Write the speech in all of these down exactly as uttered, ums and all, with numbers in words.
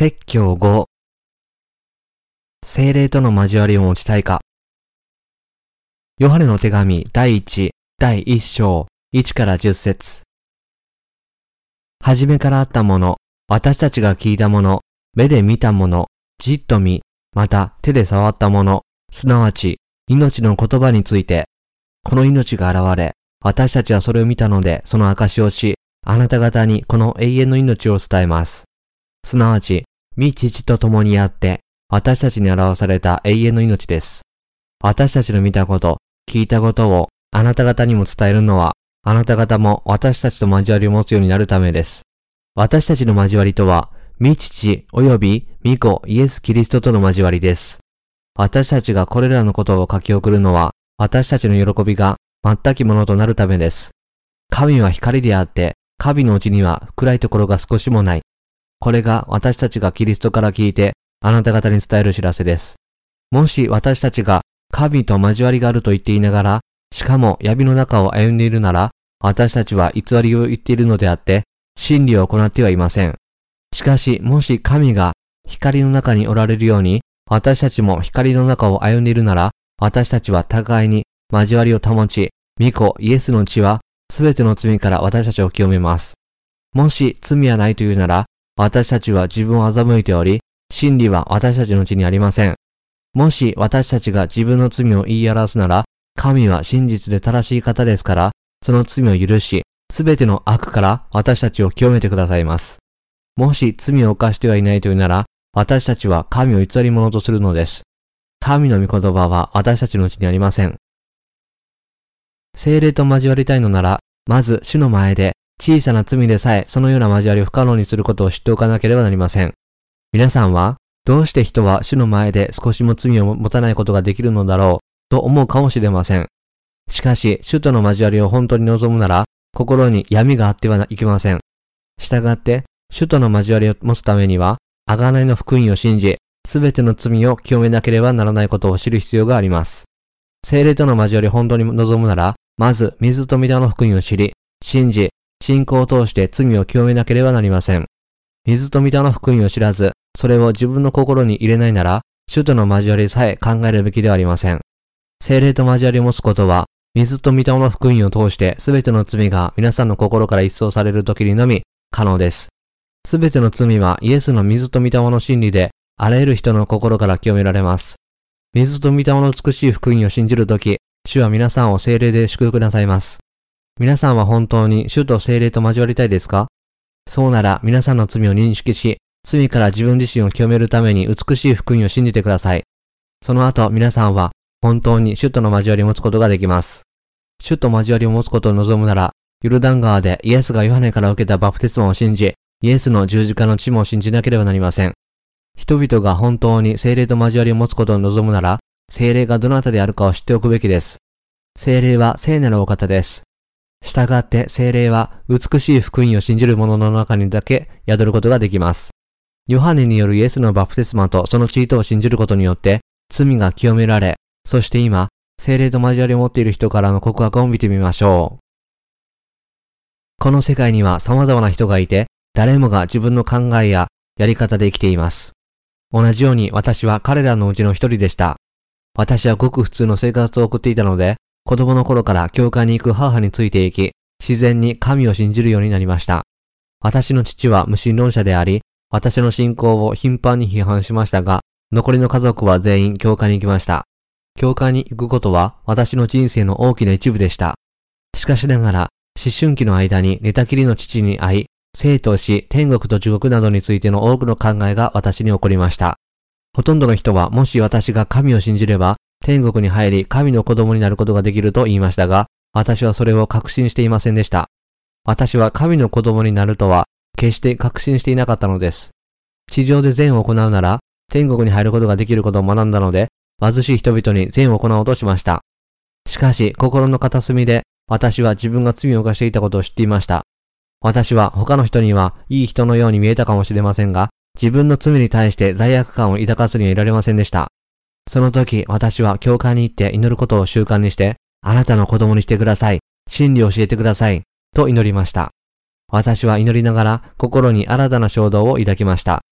説教ご、聖霊との交わりを持ちたいか。ヨハネの手紙第一、第一章、いちからじゅっ節。はじめからあったもの、私たちが聞いたもの、目で見たもの、じっと見、また手で触ったもの、すなわち命の言葉について、この命が現れ、私たちはそれを見たので、その証しをし、あなた方にこの永遠の命を伝えます。すなわち、御父と共にあって、私たちに表された永遠の命です。私たちの見たこと、聞いたことをあなた方にも伝えるのは、あなた方も私たちと交わりを持つようになるためです。私たちの交わりとは、御父及び御子イエス・キリストとの交わりです。私たちがこれらのことを書き送るのは、私たちの喜びが全きものとなるためです。神は光であって、神のうちには暗いところが少しもない。これが私たちがキリストから聞いて、あなた方に伝える知らせです。もし私たちが神と交わりがあると言っていながら、しかも闇の中を歩んでいるなら、私たちは偽りを言っているのであって、真理を行ってはいません。しかし、もし神が光の中におられるように、私たちも光の中を歩んでいるなら、私たちは互いに交わりを保ち、御子イエスの血はすべての罪から私たちを清めます。もし罪はないというなら、私たちは自分を欺いており、真理は私たちのうちにありません。もし私たちが自分の罪を言い表すなら、神は真実で正しい方ですから、その罪を許し、すべての悪から私たちを清めてくださいます。もし罪を犯してはいないというなら、私たちは神を偽り者とするのです。神の御言葉は私たちのうちにありません。聖霊と交わりたいのなら、まず主の前で小さな罪でさえそのような交わりを不可能にすることを知っておかなければなりません。皆さんは、どうして人は主の前で少しも罪を持たないことができるのだろうと思うかもしれません。しかし、主との交わりを本当に望むなら、心に闇があってはいけません。したがって、主との交わりを持つためには、贖いの福音を信じ、すべての罪を清めなければならないことを知る必要があります。聖霊との交わりを本当に望むなら、まず水と御霊の福音を知り、信じ、信仰を通して罪を清めなければなりません。水と御霊の福音を知らず、それを自分の心に入れないなら、主との交わりさえ考えるべきではありません。聖霊と交わりを持つことは、水と御霊の福音を通してすべての罪が皆さんの心から一掃されるときにのみ可能です。すべての罪はイエスの水と御霊の真理で、あらゆる人の心から清められます。水と御霊の美しい福音を信じるとき、主は皆さんを聖霊で祝福なさいます。皆さんは本当に主と聖霊と交わりたいですか？そうなら皆さんの罪を認識し、罪から自分自身を清めるために美しい福音を信じてください。その後皆さんは本当に主との交わりを持つことができます。主と交わりを持つことを望むなら、ヨルダン川でイエスがヨハネから受けたバプテスマを信じ、イエスの十字架の血も信じなければなりません。人々が本当に聖霊と交わりを持つことを望むなら、聖霊がどなたであるかを知っておくべきです。聖霊は聖なるお方です。したがって聖霊は美しい福音を信じる者の中にだけ宿ることができます。ヨハネによるイエスのバプテスマとその血とを信じることによって罪が清められ、そして今、聖霊と交わりを持っている人からの告白を見てみましょう。この世界には様々な人がいて、誰もが自分の考えややり方で生きています。同じように私は彼らのうちの一人でした。私はごく普通の生活を送っていたので、子供の頃から教会に行く母についていき、自然に神を信じるようになりました。私の父は無神論者であり、私の信仰を頻繁に批判しましたが、残りの家族は全員教会に行きました。教会に行くことは私の人生の大きな一部でした。しかしながら、思春期の間に寝たきりの父に会い、生と死、天国と地獄などについての多くの考えが私に起こりました。ほとんどの人はもし私が神を信じれば、天国に入り神の子供になることができると言いましたが、私はそれを確信していませんでした。私は神の子供になるとは、決して確信していなかったのです。地上で善を行うなら、天国に入ることができることを学んだので、貧しい人々に善を行おうとしました。しかし、心の片隅で、私は自分が罪を犯していたことを知っていました。私は他の人にはいい人のように見えたかもしれませんが、自分の罪に対して罪悪感を抱かずにはいられませんでした。その時、私は教会に行って祈ることを習慣にして、あなたの子供にしてください。真理を教えてください。と祈りました。私は祈りながら心に新たな衝動を抱きました。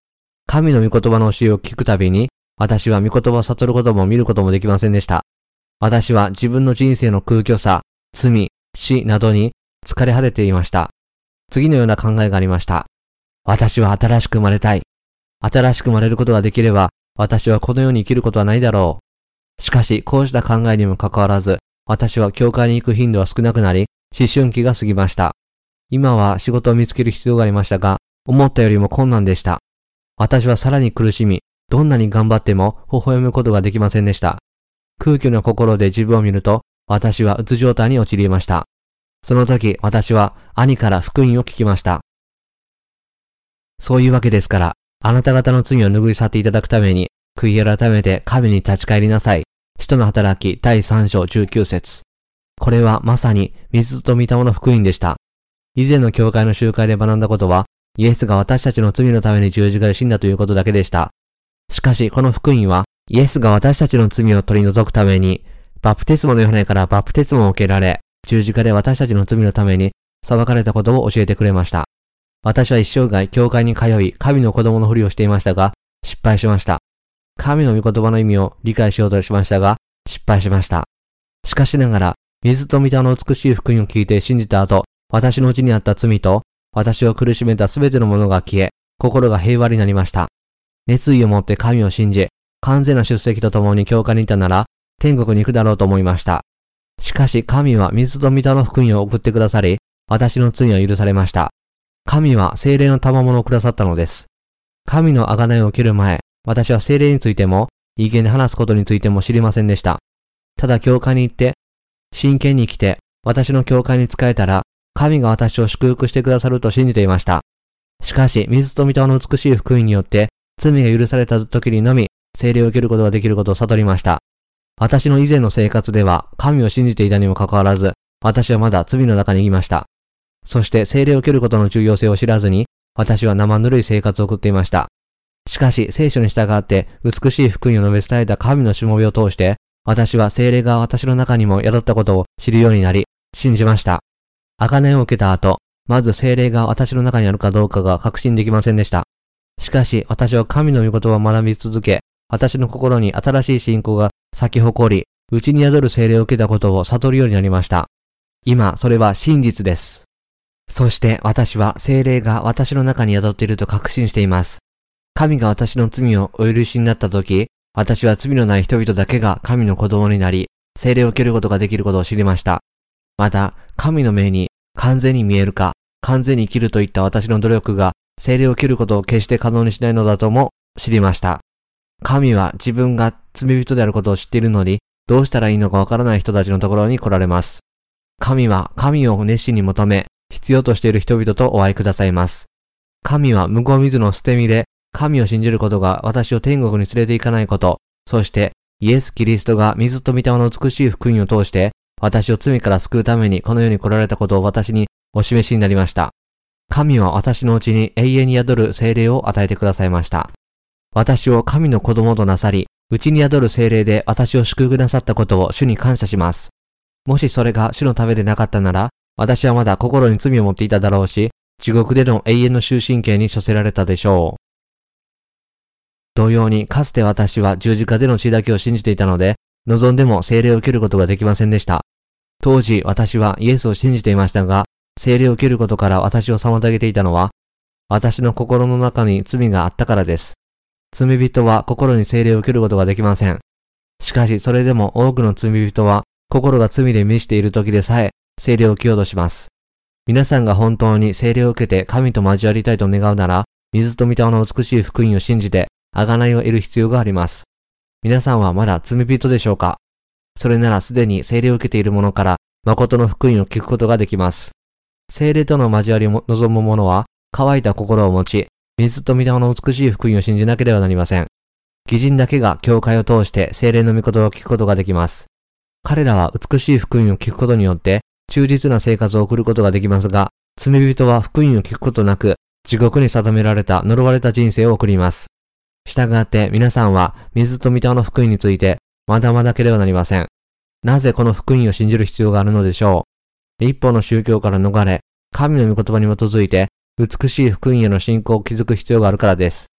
神の御言葉の教えを聞くたびに、私は御言葉を悟ることも見ることもできませんでした。私は自分の人生の空虚さ、罪、死などに疲れ果てていました。次のような考えがありました。私は新しく生まれたい。新しく生まれることができれば、私はこの世に生きることはないだろう。しかし、こうした考えにもかかわらず、私は教会に行く頻度は少なくなり、思春期が過ぎました。今は仕事を見つける必要がありましたが、思ったよりも困難でした。私はさらに苦しみ、どんなに頑張っても微笑むことができませんでした。空虚な心で自分を見ると、私はうつ状態に陥りました。その時、私は兄から福音を聞きました。そういうわけですから、あなた方の罪を拭い去っていただくために、悔い改めて神に立ち返りなさい。使徒の働きだいさん章じゅうきゅう節。これはまさに水と御霊の福音でした。以前の教会の集会で学んだことは、イエスが私たちの罪のために十字架で死んだということだけでした。しかしこの福音は、イエスが私たちの罪を取り除くために、バプテスモのヨハネからバプテスモを受けられ、十字架で私たちの罪のために裁かれたことを教えてくれました。私は一生涯教会に通い、神の子供のふりをしていましたが、失敗しました。神の御言葉の意味を理解しようとしましたが、失敗しました。しかしながら、水と御霊の美しい福音を聞いて信じた後、私のうちにあった罪と、私を苦しめたすべてのものが消え、心が平和になりました。熱意を持って神を信じ、完全な出席とともに教会にいたなら、天国に行くだろうと思いました。しかし神は水と御霊の福音を送ってくださり、私の罪は許されました。神は聖霊の賜物をくださったのです。神の贖いを受ける前、私は聖霊についても、威厳で話すことについても知りませんでした。ただ教会に行って、真剣に来て、私の教会に仕えたら、神が私を祝福してくださると信じていました。しかし、水と御霊の美しい福音によって、罪が許された時にのみ、聖霊を受けることができることを悟りました。私の以前の生活では、神を信じていたにもかかわらず、私はまだ罪の中にいました。そして聖霊を受けることの重要性を知らずに、私は生ぬるい生活を送っていました。しかし、聖書に従って美しい福音を述べ伝えた神のしもべを通して、私は聖霊が私の中にも宿ったことを知るようになり、信じました。贖いを受けた後、まず聖霊が私の中にあるかどうかが確信できませんでした。しかし、私は神の御言葉を学び続け、私の心に新しい信仰が咲き誇り、内に宿る聖霊を受けたことを悟るようになりました。今、それは真実です。そして私は聖霊が私の中に宿っていると確信しています。神が私の罪をお許しになったとき、私は罪のない人々だけが神の子供になり、聖霊を受けることができることを知りました。また、神の目に完全に見えるか、完全に生きるといった私の努力が聖霊を受けることを決して可能にしないのだとも知りました。神は自分が罪人であることを知っているのに、どうしたらいいのかわからない人たちのところに来られます。神は神を熱心に求め、必要としている人々とお会いくださいます。神は無言水の捨て身で、神を信じることが私を天国に連れて行かないこと、そしてイエス・キリストが水と御霊の美しい福音を通して、私を罪から救うためにこの世に来られたことを私にお示しになりました。神は私のうちに永遠に宿る聖霊を与えてくださいました。私を神の子供となさり、うちに宿る聖霊で私を祝福なさったことを主に感謝します。もしそれが主のためでなかったなら、私はまだ心に罪を持っていただろうし、地獄での永遠の終身刑に処せられたでしょう。同様に、かつて私は十字架での血だけを信じていたので、望んでも聖霊を受けることができませんでした。当時私はイエスを信じていましたが、聖霊を受けることから私を妨げていたのは、私の心の中に罪があったからです。罪人は心に聖霊を受けることができません。しかしそれでも多くの罪人は、心が罪で満ちている時でさえ、聖霊を受けようとします。皆さんが本当に聖霊を受けて神と交わりたいと願うなら、水と御霊の美しい福音を信じて、贖いを得る必要があります。皆さんはまだ罪人でしょうか？それならすでに聖霊を受けている者から、誠の福音を聞くことができます。聖霊との交わりを望む者は、乾いた心を持ち、水と御霊の美しい福音を信じなければなりません。義人だけが教会を通して聖霊の御言葉を聞くことができます。彼らは美しい福音を聞くことによって、忠実な生活を送ることができますが、罪人は福音を聞くことなく、地獄に定められた呪われた人生を送ります。したがって皆さんは水と御霊の福音について学ばなければなりません。なぜこの福音を信じる必要があるのでしょう。一方の宗教から逃れ、神の御言葉に基づいて美しい福音への信仰を築く必要があるからです。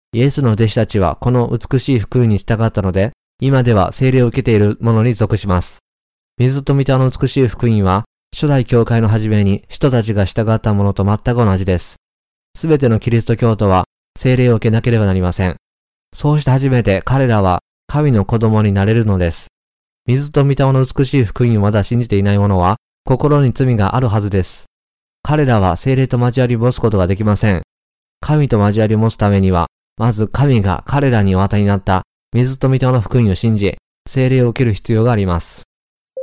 イエスの弟子たちはこの美しい福音に従ったので、今では聖霊を受けている者に属します。水と御霊の美しい福音は、初代教会の初めに人たちが従ったものと全く同じです。すべてのキリスト教徒は聖霊を受けなければなりません。そうして初めて彼らは神の子供になれるのです。水と御霊の美しい福音をまだ信じていない者は、心に罪があるはずです。彼らは聖霊と交わりを持つことができません。神と交わりを持つためには、まず神が彼らにお与えになった水と御霊の福音を信じ、聖霊を受ける必要があります。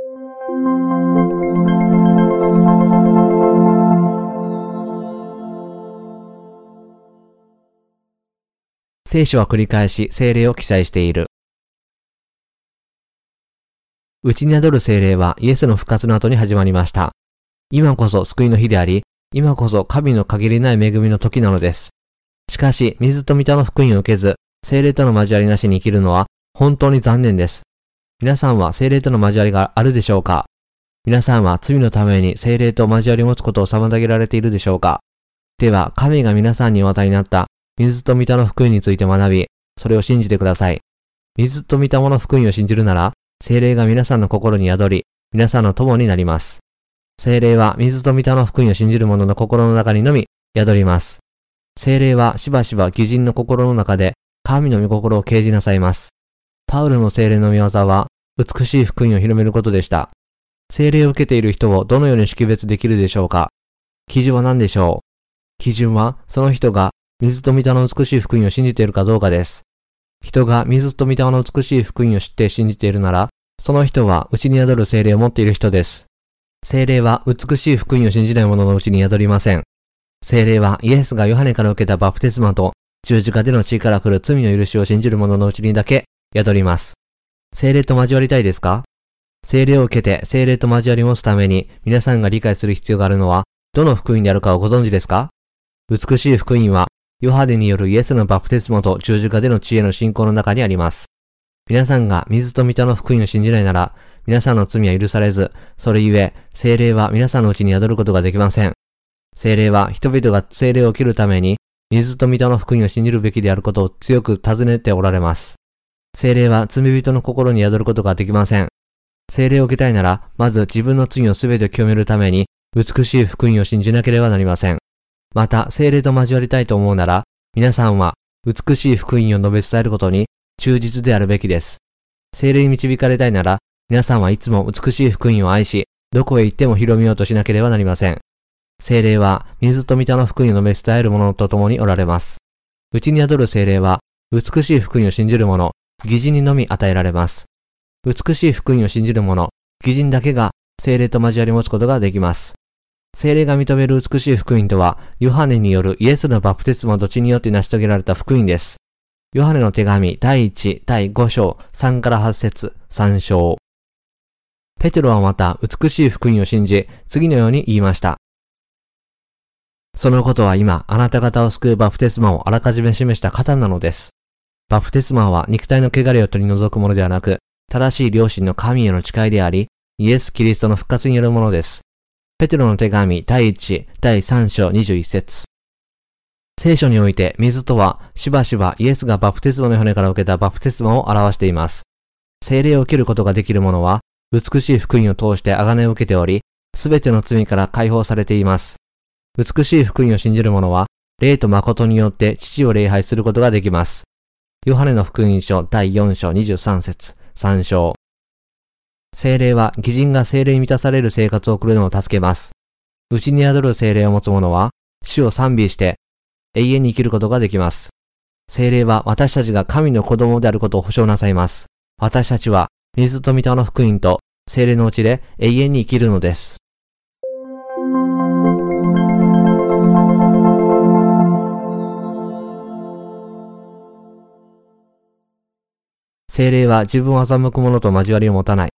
聖書は繰り返し聖霊を記載している。うちに宿る聖霊はイエスの復活の後に始まりました。今こそ救いの日であり、今こそ神の限りない恵みの時なのです。しかし、水と御霊の福音を受けず、聖霊との交わりなしに生きるのは本当に残念です。皆さんは聖霊との交わりがあるでしょうか？皆さんは罪のために聖霊と交わりを持つことを妨げられているでしょうか？では、神が皆さんにお与えになった水と御霊の福音について学び、それを信じてください。水と御霊の福音を信じるなら、聖霊が皆さんの心に宿り、皆さんの友になります。聖霊は水と御霊の福音を信じる者の心の中にのみ宿ります。聖霊はしばしば義人の心の中で神の御心を掲示なさいます。パウロの聖霊の御業は美しい福音を広めることでした。聖霊を受けている人をどのように識別できるでしょうか？基準は何でしょう？基準はその人が水と御霊の美しい福音を信じているかどうかです。人が水と御霊の美しい福音を知って信じているなら、その人は内に宿る聖霊を持っている人です。聖霊は美しい福音を信じない者のうちに宿りません。聖霊はイエスがヨハネから受けたバプテスマと十字架での血から来る罪の許しを信じる者のうちにだけ宿ります。聖霊と交わりたいですか？聖霊を受けて聖霊と交わりを持つために皆さんが理解する必要があるのはどの福音であるかをご存知ですか？美しい福音はヨハネによるイエスのバプテスマと十字架での知恵の信仰の中にあります。皆さんが水と御霊の福音を信じないなら、皆さんの罪は許されず、それゆえ、聖霊は皆さんのうちに宿ることができません。聖霊は人々が聖霊を受けるために、水と御霊の福音を信じるべきであることを強く尋ねておられます。聖霊は罪人の心に宿ることができません。聖霊を受けたいなら、まず自分の罪をすべて清めるために、美しい福音を信じなければなりません。また、聖霊と交わりたいと思うなら、皆さんは美しい福音を述べ伝えることに忠実であるべきです。聖霊に導かれたいなら、皆さんはいつも美しい福音を愛し、どこへ行っても広めようとしなければなりません。聖霊は水と御霊の福音を述べ伝える者と共におられます。うちに宿る聖霊は、美しい福音を信じる者、義人にのみ与えられます。美しい福音を信じる者、義人だけが聖霊と交わり持つことができます。聖霊が認める美しい福音とは、ヨハネによるイエスのバプテスマと血によって成し遂げられた福音です。ヨハネの手紙だいいち、だいご章、さんからはち節、さん章。ペテロはまた美しい福音を信じ、次のように言いました。そのことは今、あなた方を救うバプテスマをあらかじめ示した方なのです。バプテスマは肉体の汚れを取り除くものではなく、正しい良心の神への誓いであり、イエス・キリストの復活によるものです。ペテロの手紙だいいち、だいさん章にじゅういち節。聖書において水とはしばしばイエスがバプテスマの骨から受けたバプテスマを表しています。聖霊を受けることができる者は美しい福音を通して贖いを受けており、すべての罪から解放されています。美しい福音を信じる者は霊と誠によって父を礼拝することができます。ヨハネの福音書だいよん章にじゅうさん節、さん章。聖霊は義人が聖霊に満たされる生活を送るのを助けます。内に宿る聖霊を持つ者は主を賛美して永遠に生きることができます。聖霊は私たちが神の子供であることを保証なさいます。私たちは水と御霊の福音と聖霊のうちで永遠に生きるのです。聖霊は自分を欺く者と交わりを持たない。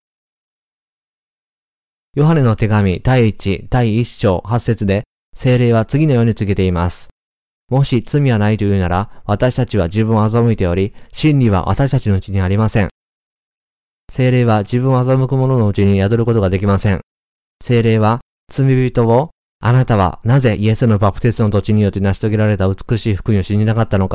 ヨハネの手紙だいいち、だいいち章はち節で聖霊は次のように告げています。もし罪はないというなら、私たちは自分を欺いており、真理は私たちのうちにありません。聖霊は自分を欺く者のうちに宿ることができません。聖霊は罪人を、あなたはなぜイエスのバプテスマの土地によって成し遂げられた美しい福音を信じなかったのか、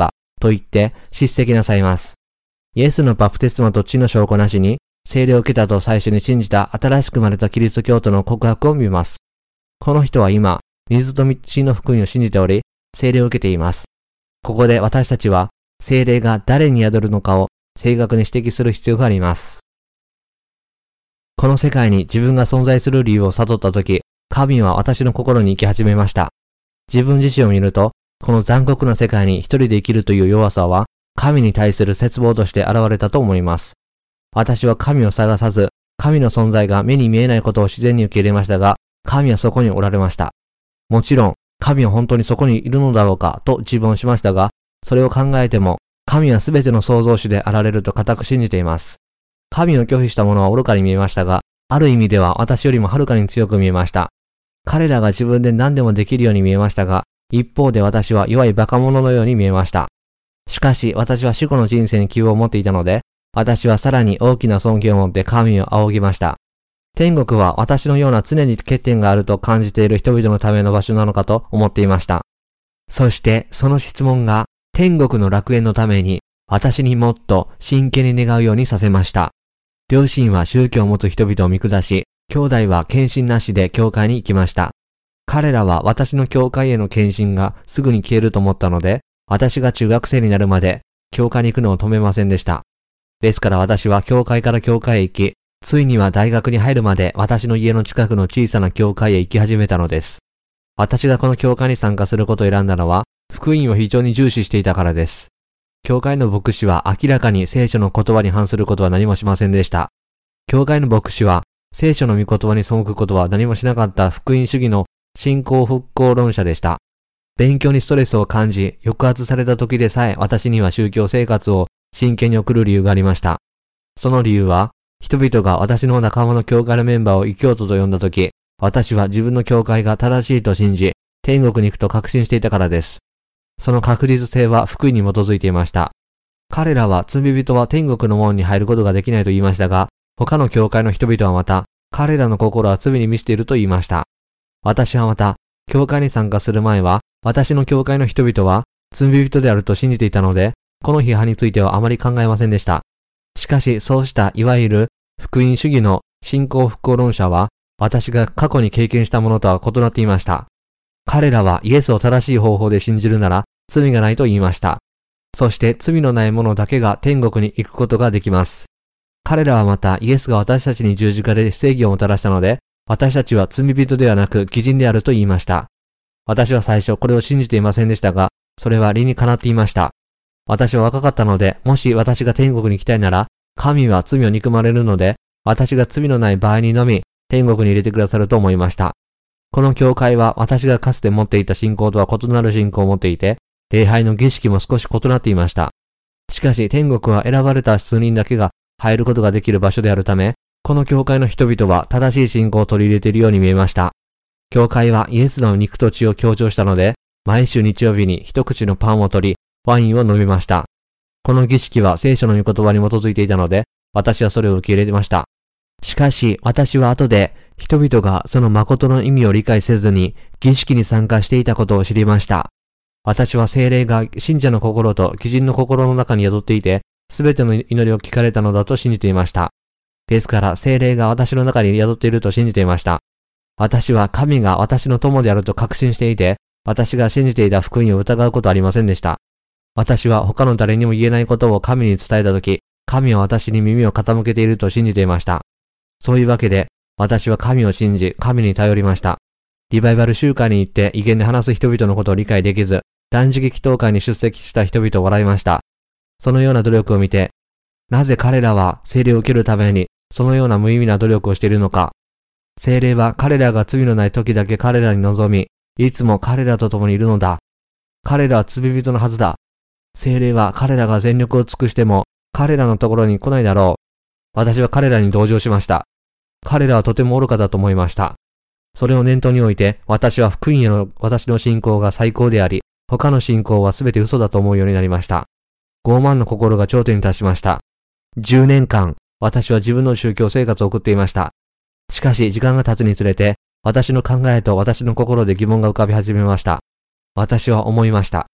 と言って叱責なさいます。イエスのバプテスマと血の証拠なしに、聖霊を受けたと最初に信じた新しく生まれたキリスト教徒の告白を見ます。この人は今、水と血の福音を信じており、聖霊を受けています。ここで私たちは、聖霊が誰に宿るのかを正確に指摘する必要があります。この世界に自分が存在する理由を悟ったとき、神は私の心に生き始めました。自分自身を見ると、この残酷な世界に一人で生きるという弱さは、神に対する絶望として現れたと思います。私は神を探さず、神の存在が目に見えないことを自然に受け入れましたが、神はそこにおられました。もちろん、神は本当にそこにいるのだろうかと自問しましたが、それを考えても、神はすべての創造主であられると固く信じています。神を拒否した者は愚かに見えましたが、ある意味では私よりもはるかに強く見えました。彼らが自分で何でもできるように見えましたが、一方で私は弱い馬鹿者のように見えました。しかし私は死後の人生に希望を持っていたので、私はさらに大きな尊敬を持って神を仰ぎました。天国は私のような常に欠点があると感じている人々のための場所なのかと思っていました。そしてその質問が天国の楽園のために私にもっと真剣に願うようにさせました。両親は宗教を持つ人々を見下し、兄弟は献身なしで教会に行きました。彼らは私の教会への献身がすぐに消えると思ったので、私が中学生になるまで教会に行くのを止めませんでした。ですから私は教会から教会へ行き、ついには大学に入るまで私の家の近くの小さな教会へ行き始めたのです。私がこの教会に参加することを選んだのは、福音を非常に重視していたからです。教会の牧師は明らかに聖書の言葉に反することは何もしませんでした。教会の牧師は聖書の御言葉に背くことは何もしなかった福音主義の信仰復興論者でした。勉強にストレスを感じ、抑圧された時でさえ私には宗教生活を真剣に送る理由がありました。その理由は、人々が私の仲間の教会のメンバーを異教徒と呼んだ時、私は自分の教会が正しいと信じ、天国に行くと確信していたからです。その確実性は福音に基づいていました。彼らは罪人は天国の門に入ることができないと言いましたが、他の教会の人々はまた、彼らの心は罪に満ちていると言いました。私はまた、教会に参加する前は、私の教会の人々は罪人であると信じていたので、この批判についてはあまり考えませんでした。しかし、そうしたいわゆる福音主義の信仰復興論者は、私が過去に経験したものとは異なっていました。彼らはイエスを正しい方法で信じるなら罪がないと言いました。そして罪のない者だけが天国に行くことができます。彼らはまたイエスが私たちに十字架で正義をもたらしたので、私たちは罪人ではなく義人であると言いました。私は最初これを信じていませんでしたが、それは理にかなっていました。私は若かったので、もし私が天国に行きたいなら、神は罪を憎まれるので、私が罪のない場合にのみ天国に入れてくださると思いました。この教会は私がかつて持っていた信仰とは異なる信仰を持っていて、礼拝の儀式も少し異なっていました。しかし天国は選ばれた数人だけが入ることができる場所であるため、この教会の人々は正しい信仰を取り入れているように見えました。教会はイエスの肉と血を強調したので、毎週日曜日に一口のパンを取り、ワインを飲みました。この儀式は聖書の御言葉に基づいていたので、私はそれを受け入れました。しかし、私は後で、人々がその誠の意味を理解せずに、儀式に参加していたことを知りました。私は聖霊が信者の心と義人の心の中に宿っていて、すべての祈りを聞かれたのだと信じていました。ですから、聖霊が私の中に宿っていると信じていました。私は神が私の友であると確信していて、私が信じていた福音を疑うことはありませんでした。私は他の誰にも言えないことを神に伝えたとき、神は私に耳を傾けていると信じていました。そういうわけで、私は神を信じ、神に頼りました。リバイバル集会に行って威厳で話す人々のことを理解できず、断食祈祷会に出席した人々を笑いました。そのような努力を見て、なぜ彼らは聖霊を受けるために、そのような無意味な努力をしているのか。聖霊は彼らが罪のない時だけ彼らに臨み、いつも彼らと共にいるのだ。彼らは罪人のはずだ。聖霊は彼らが全力を尽くしても、彼らのところに来ないだろう。私は彼らに同情しました。彼らはとても愚かだと思いました。それを念頭において、私は福音への私の信仰が最高であり、他の信仰はすべて嘘だと思うようになりました。傲慢の心が頂点に達しました。じゅうねんかん、私は自分の宗教生活を送っていました。しかし時間が経つにつれて、私の考えと私の心で疑問が浮かび始めました。私は思いました。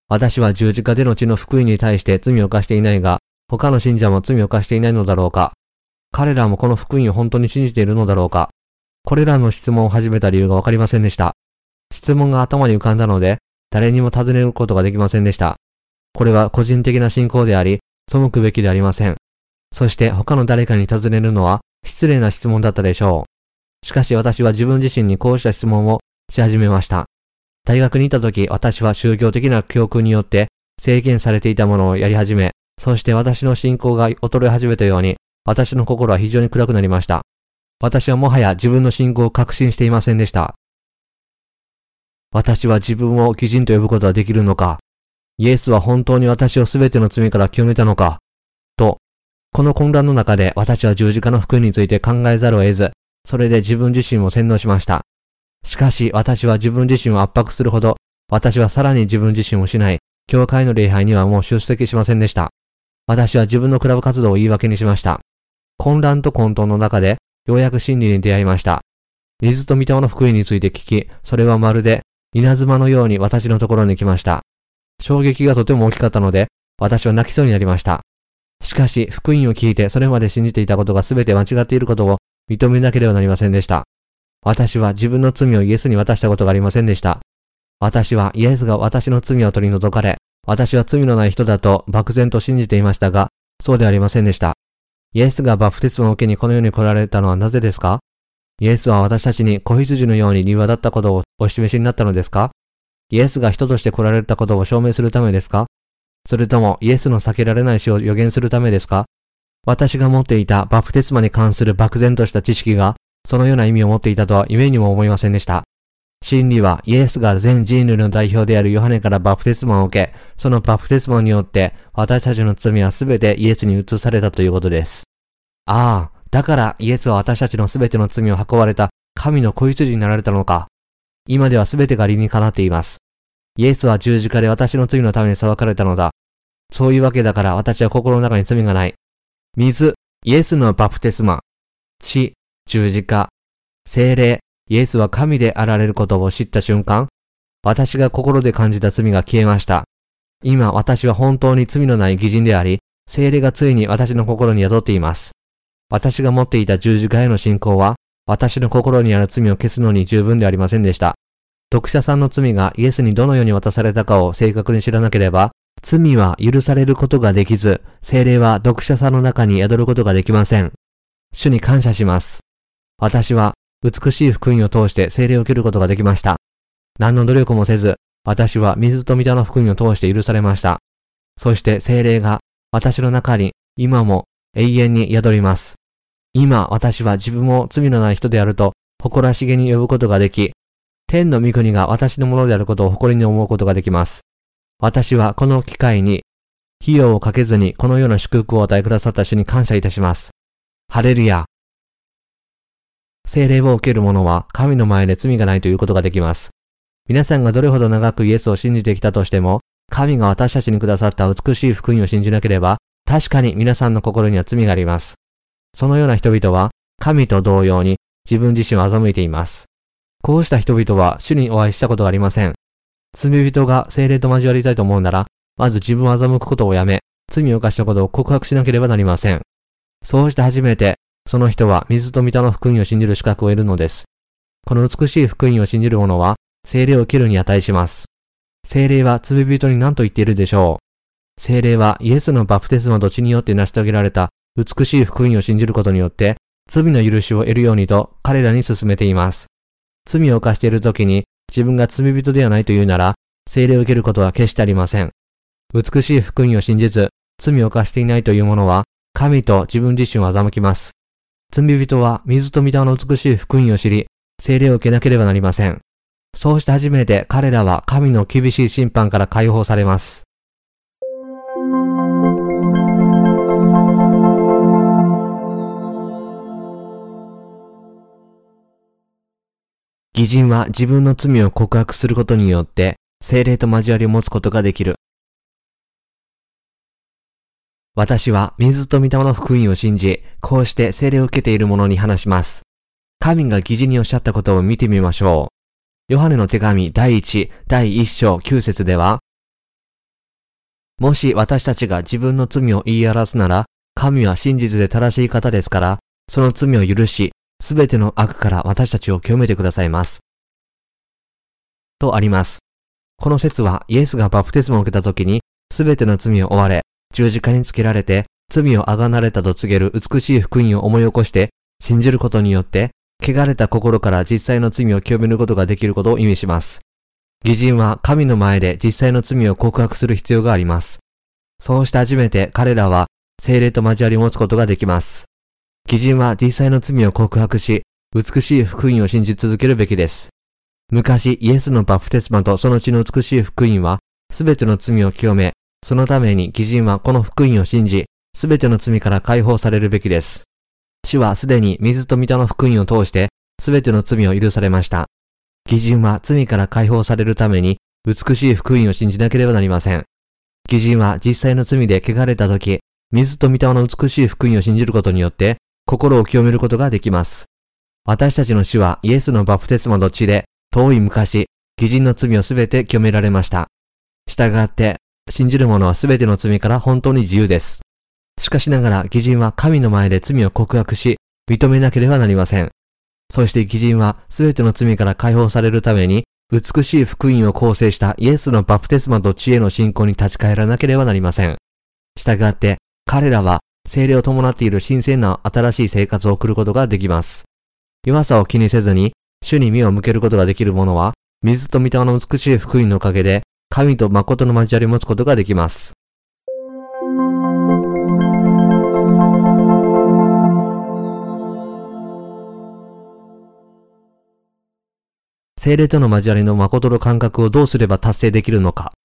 私は十字架での血の福音に対して罪を犯していないが、他の信者も罪を犯していないのだろうか。彼らもこの福音を本当に信じているのだろうか。これらの質問を始めた理由がわかりませんでした。質問が頭に浮かんだので、誰にも尋ねることができませんでした。これは個人的な信仰であり、背くべきでありません。そして他の誰かに尋ねるのは失礼な質問だったでしょう。しかし私は自分自身にこうした質問をし始めました。大学にいた時、私は宗教的な教訓によって制限されていたものをやり始め、そして私の信仰が衰え始めたように、私の心は非常に暗くなりました。私はもはや自分の信仰を確信していませんでした。私は自分を義人と呼ぶことはできるのか？イエスは本当に私をすべての罪から清めたのか？と、この混乱の中で私は十字架の福音について考えざるを得ず、それで自分自身を洗脳しました。しかし私は自分自身を圧迫するほど、私はさらに自分自身を失い、教会の礼拝にはもう出席しませんでした。私は自分のクラブ活動を言い訳にしました。混乱と混沌の中で、ようやく真理に出会いました。水と御霊の福音について聞き、それはまるで稲妻のように私のところに来ました。衝撃がとても大きかったので、私は泣きそうになりました。しかし、福音を聞いてそれまで信じていたことが全て間違っていることを認めなければなりませんでした。私は自分の罪をイエスに渡したことがありませんでした。私はイエスが私の罪を取り除かれ、私は罪のない人だと漠然と信じていましたが、そうではありませんでした。イエスがバプテスマを受けにこの世に来られたのはなぜですか？イエスは私たちに子羊のように立派だったことをお示しになったのですか？イエスが人として来られたことを証明するためですか？それともイエスの避けられない死を予言するためですか？私が持っていたバプテスマに関する漠然とした知識がそのような意味を持っていたとは夢にも思いませんでした。真理はイエスが全人類の代表であるヨハネからバプテスマを受け、そのバプテスマによって私たちの罪はすべてイエスに移されたということです。ああ、だからイエスは私たちのすべての罪を運ばれた神の子羊になられたのか。今ではすべてが理にかなっています。イエスは十字架で私の罪のために裁かれたのだ。そういうわけだから私は心の中に罪がない。水、イエスのバプテスマ、血、十字架、聖霊、イエスは神であられることを知った瞬間、私が心で感じた罪が消えました。今私は本当に罪のない義人であり、聖霊がついに私の心に宿っています。私が持っていた十字架への信仰は、私の心にある罪を消すのに十分でありませんでした。読者さんの罪がイエスにどのように渡されたかを正確に知らなければ、罪は許されることができず、聖霊は読者さんの中に宿ることができません。主に感謝します。私は美しい福音を通して聖霊を受けることができました。何の努力もせず、私は水と御霊の福音を通して許されました。そして聖霊が私の中に今も永遠に宿ります。今私は自分を罪のない人であると誇らしげに呼ぶことができ、天の御国が私のものであることを誇りに思うことができます。私はこの機会に費用をかけずにこのような祝福をお与えくださった主に感謝いたします。ハレルヤ。聖霊を受ける者は神の前で罪がないということができます。皆さんがどれほど長くイエスを信じてきたとしても、神が私たちにくださった美しい福音を信じなければ、確かに皆さんの心には罪があります。そのような人々は神と同様に自分自身を欺いています。こうした人々は主にお会いしたことがありません。罪人が聖霊と交わりたいと思うなら、まず自分を欺くことをやめ、罪を犯したことを告白しなければなりません。そうして初めて、その人は水と御霊の福音を信じる資格を得るのです。この美しい福音を信じる者は、聖霊を受けるに値します。聖霊は罪人に何と言っているでしょう。聖霊はイエスのバプテスマと血によって成し遂げられた美しい福音を信じることによって、罪の許しを得るようにと彼らに勧めています。罪を犯している時に自分が罪人ではないというなら、聖霊を受けることは決してありません。美しい福音を信じず、罪を犯していないという者は、神と自分自身を欺きます。罪人は水と御霊の美しい福音を知り、聖霊を受けなければなりません。そうして初めて彼らは神の厳しい審判から解放されます。義人は自分の罪を告白することによって、聖霊と交わりを持つことができる。私は水と御霊の福音を信じ、こうして聖霊を受けている者に話します。神が義人におっしゃったことを見てみましょう。ヨハネの手紙第一、第一章九節では、 もし私たちが自分の罪を言い表すなら、神は真実で正しい方ですから、その罪を許し、すべての悪から私たちを清めてくださいます。とあります。この説はイエスがバプテスマを受けた時に、すべての罪を負われ、十字架につけられて、罪をあがなれたと告げる美しい福音を思い起こして、信じることによって、汚れた心から実際の罪を清めることができることを意味します。義人は神の前で実際の罪を告白する必要があります。そうして初めて彼らは聖霊と交わりを持つことができます。義人は実際の罪を告白し、美しい福音を信じ続けるべきです。昔、イエスのバプテスマとその血の美しい福音は、すべての罪を清め、そのために義人はこの福音を信じ、すべての罪から解放されるべきです。主はすでに水と御霊の福音を通して、すべての罪を許されました。義人は罪から解放されるために、美しい福音を信じなければなりません。義人は実際の罪で汚れたとき、水と御霊の美しい福音を信じることによって、心を清めることができます。私たちの主はイエスのバプテスマの血で、遠い昔、義人の罪をすべて清められました。従って、信じる者はすべての罪から本当に自由です。しかしながら義人は神の前で罪を告白し、認めなければなりません。そして義人はすべての罪から解放されるために、美しい福音を構成したイエスのバプテスマと知恵の信仰に立ち返らなければなりません。従って、彼らは聖霊を伴っている新鮮な新しい生活を送ることができます。弱さを気にせずに、主に目を向けることができる者は、水と御霊の美しい福音のおかげで、神と誠の交わりを持つことができます。聖霊との交わりの誠の感覚をどうすれば達成できるのか。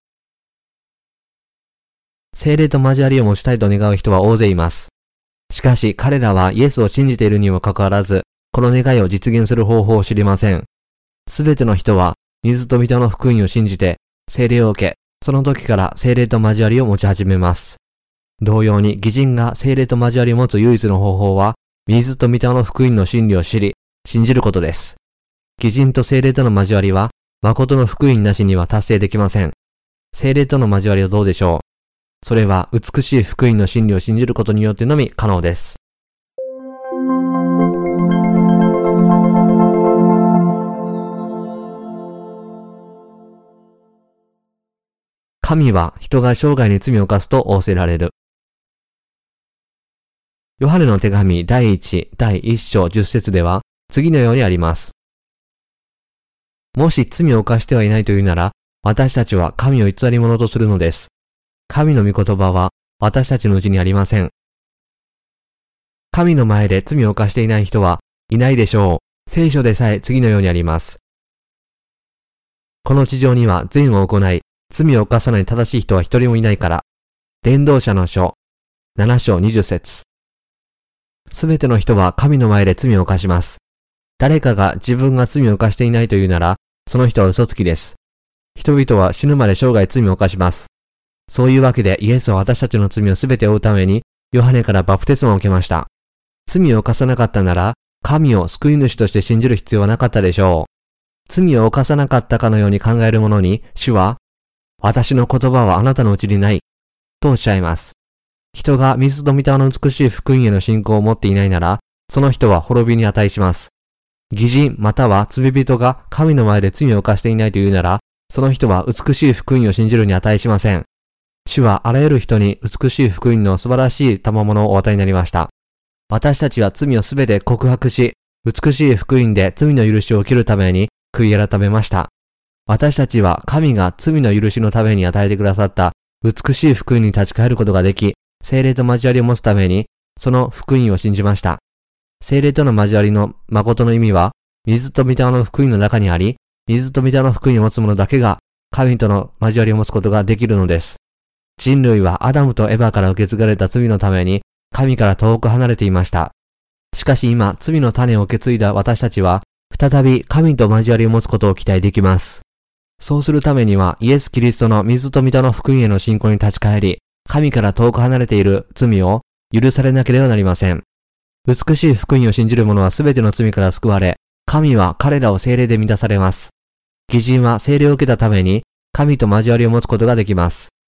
聖霊と交わりを持ちたいと願う人は大勢います。しかし彼らはイエスを信じているにもかかわらず、この願いを実現する方法を知りません。すべての人は水と御霊の福音を信じて聖霊を受け、その時から聖霊と交わりを持ち始めます。同様に義人が聖霊と交わりを持つ唯一の方法は、水と御霊の福音の真理を知り、信じることです。義人と聖霊との交わりは、誠の福音なしには達成できません。聖霊との交わりはどうでしょう。それは美しい福音の真理を信じることによってのみ可能です。神は人が生涯に罪を犯すと仰せられる。ヨハネの手紙第一第一章十節では次のようにあります。もし罪を犯してはいないというなら、私たちは神を偽り者とするのです。神の御言葉は私たちのうちにありません。神の前で罪を犯していない人はいないでしょう。聖書でさえ次のようにあります。この地上には善を行い、罪を犯さない正しい人は一人もいないから。伝道者の書、七章二十節。すべての人は神の前で罪を犯します。誰かが自分が罪を犯していないというなら、その人は嘘つきです。人々は死ぬまで生涯罪を犯します。そういうわけでイエスは私たちの罪をすべて負うために、ヨハネからバプテスマを受けました。罪を犯さなかったなら、神を救い主として信じる必要はなかったでしょう。罪を犯さなかったかのように考える者に、主は、私の言葉はあなたのうちにない、とおっしゃいます。人が水と御霊の美しい福音への信仰を持っていないなら、その人は滅びに値します。義人または罪人が神の前で罪を犯していないというなら、その人は美しい福音を信じるに値しません。主はあらゆる人に美しい福音の素晴らしい賜物をお与えになりました。私たちは罪をすべて告白し、美しい福音で罪の許しを受けるために悔い改めました。私たちは神が罪の許しのために与えてくださった美しい福音に立ち返ることができ、聖霊と交わりを持つために、その福音を信じました。聖霊との交わりの誠の意味は、水と御霊の福音の中にあり、水と御霊の福音を持つ者だけが、神との交わりを持つことができるのです。人類はアダムとエバから受け継がれた罪のために、神から遠く離れていました。しかし今、罪の種を受け継いだ私たちは、再び神と交わりを持つことを期待できます。そうするためには、イエス・キリストの水と御霊の福音への信仰に立ち返り、神から遠く離れている罪を許されなければなりません。美しい福音を信じる者はすべての罪から救われ、神は彼らを聖霊で満たされます。義人は聖霊を受けたために、神と交わりを持つことができます。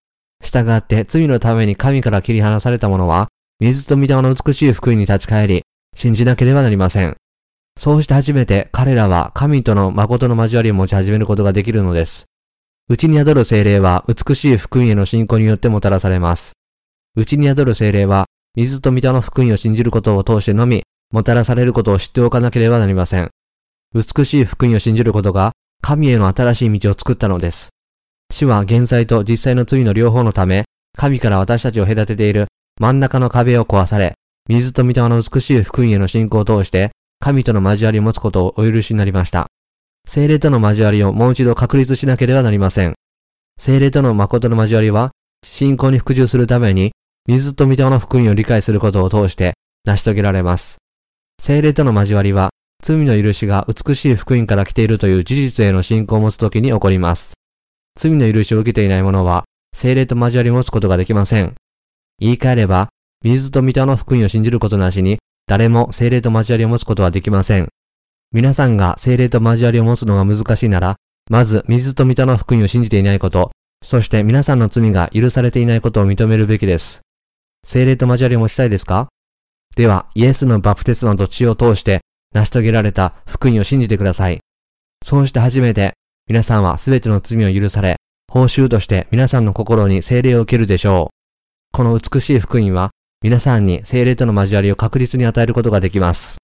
従って罪のために神から切り離された者は、水と御霊の美しい福音に立ち返り、信じなければなりません。そうして初めて彼らは神との誠の交わりを持ち始めることができるのです。内に宿る聖霊は美しい福音への信仰によってもたらされます。内に宿る聖霊は水と御霊の福音を信じることを通してのみ、もたらされることを知っておかなければなりません。美しい福音を信じることが神への新しい道を作ったのです。主は現在と実際の罪の両方のため、神から私たちを隔てている真ん中の壁を壊され、水と御霊の美しい福音への信仰を通して、神との交わりを持つことをお許しになりました。聖霊との交わりをもう一度確立しなければなりません。聖霊との誠の交わりは、信仰に服従するために、水と御霊の福音を理解することを通して成し遂げられます。聖霊との交わりは、罪の許しが美しい福音から来ているという事実への信仰を持つときに起こります。罪の許しを受けていない者は、聖霊と交わりを持つことができません。言い換えれば、水と御霊の福音を信じることなしに、誰も聖霊と交わりを持つことはできません。皆さんが聖霊と交わりを持つのが難しいなら、まず水と御霊の福音を信じていないこと、そして皆さんの罪が許されていないことを認めるべきです。聖霊と交わりを持ちたいですか？では、イエスのバプテスマと血を通して成し遂げられた福音を信じてください。そうして初めて、皆さんはすべての罪を許され、報酬として皆さんの心に聖霊を受けるでしょう。この美しい福音は、皆さんに聖霊との交わりを確実に与えることができます。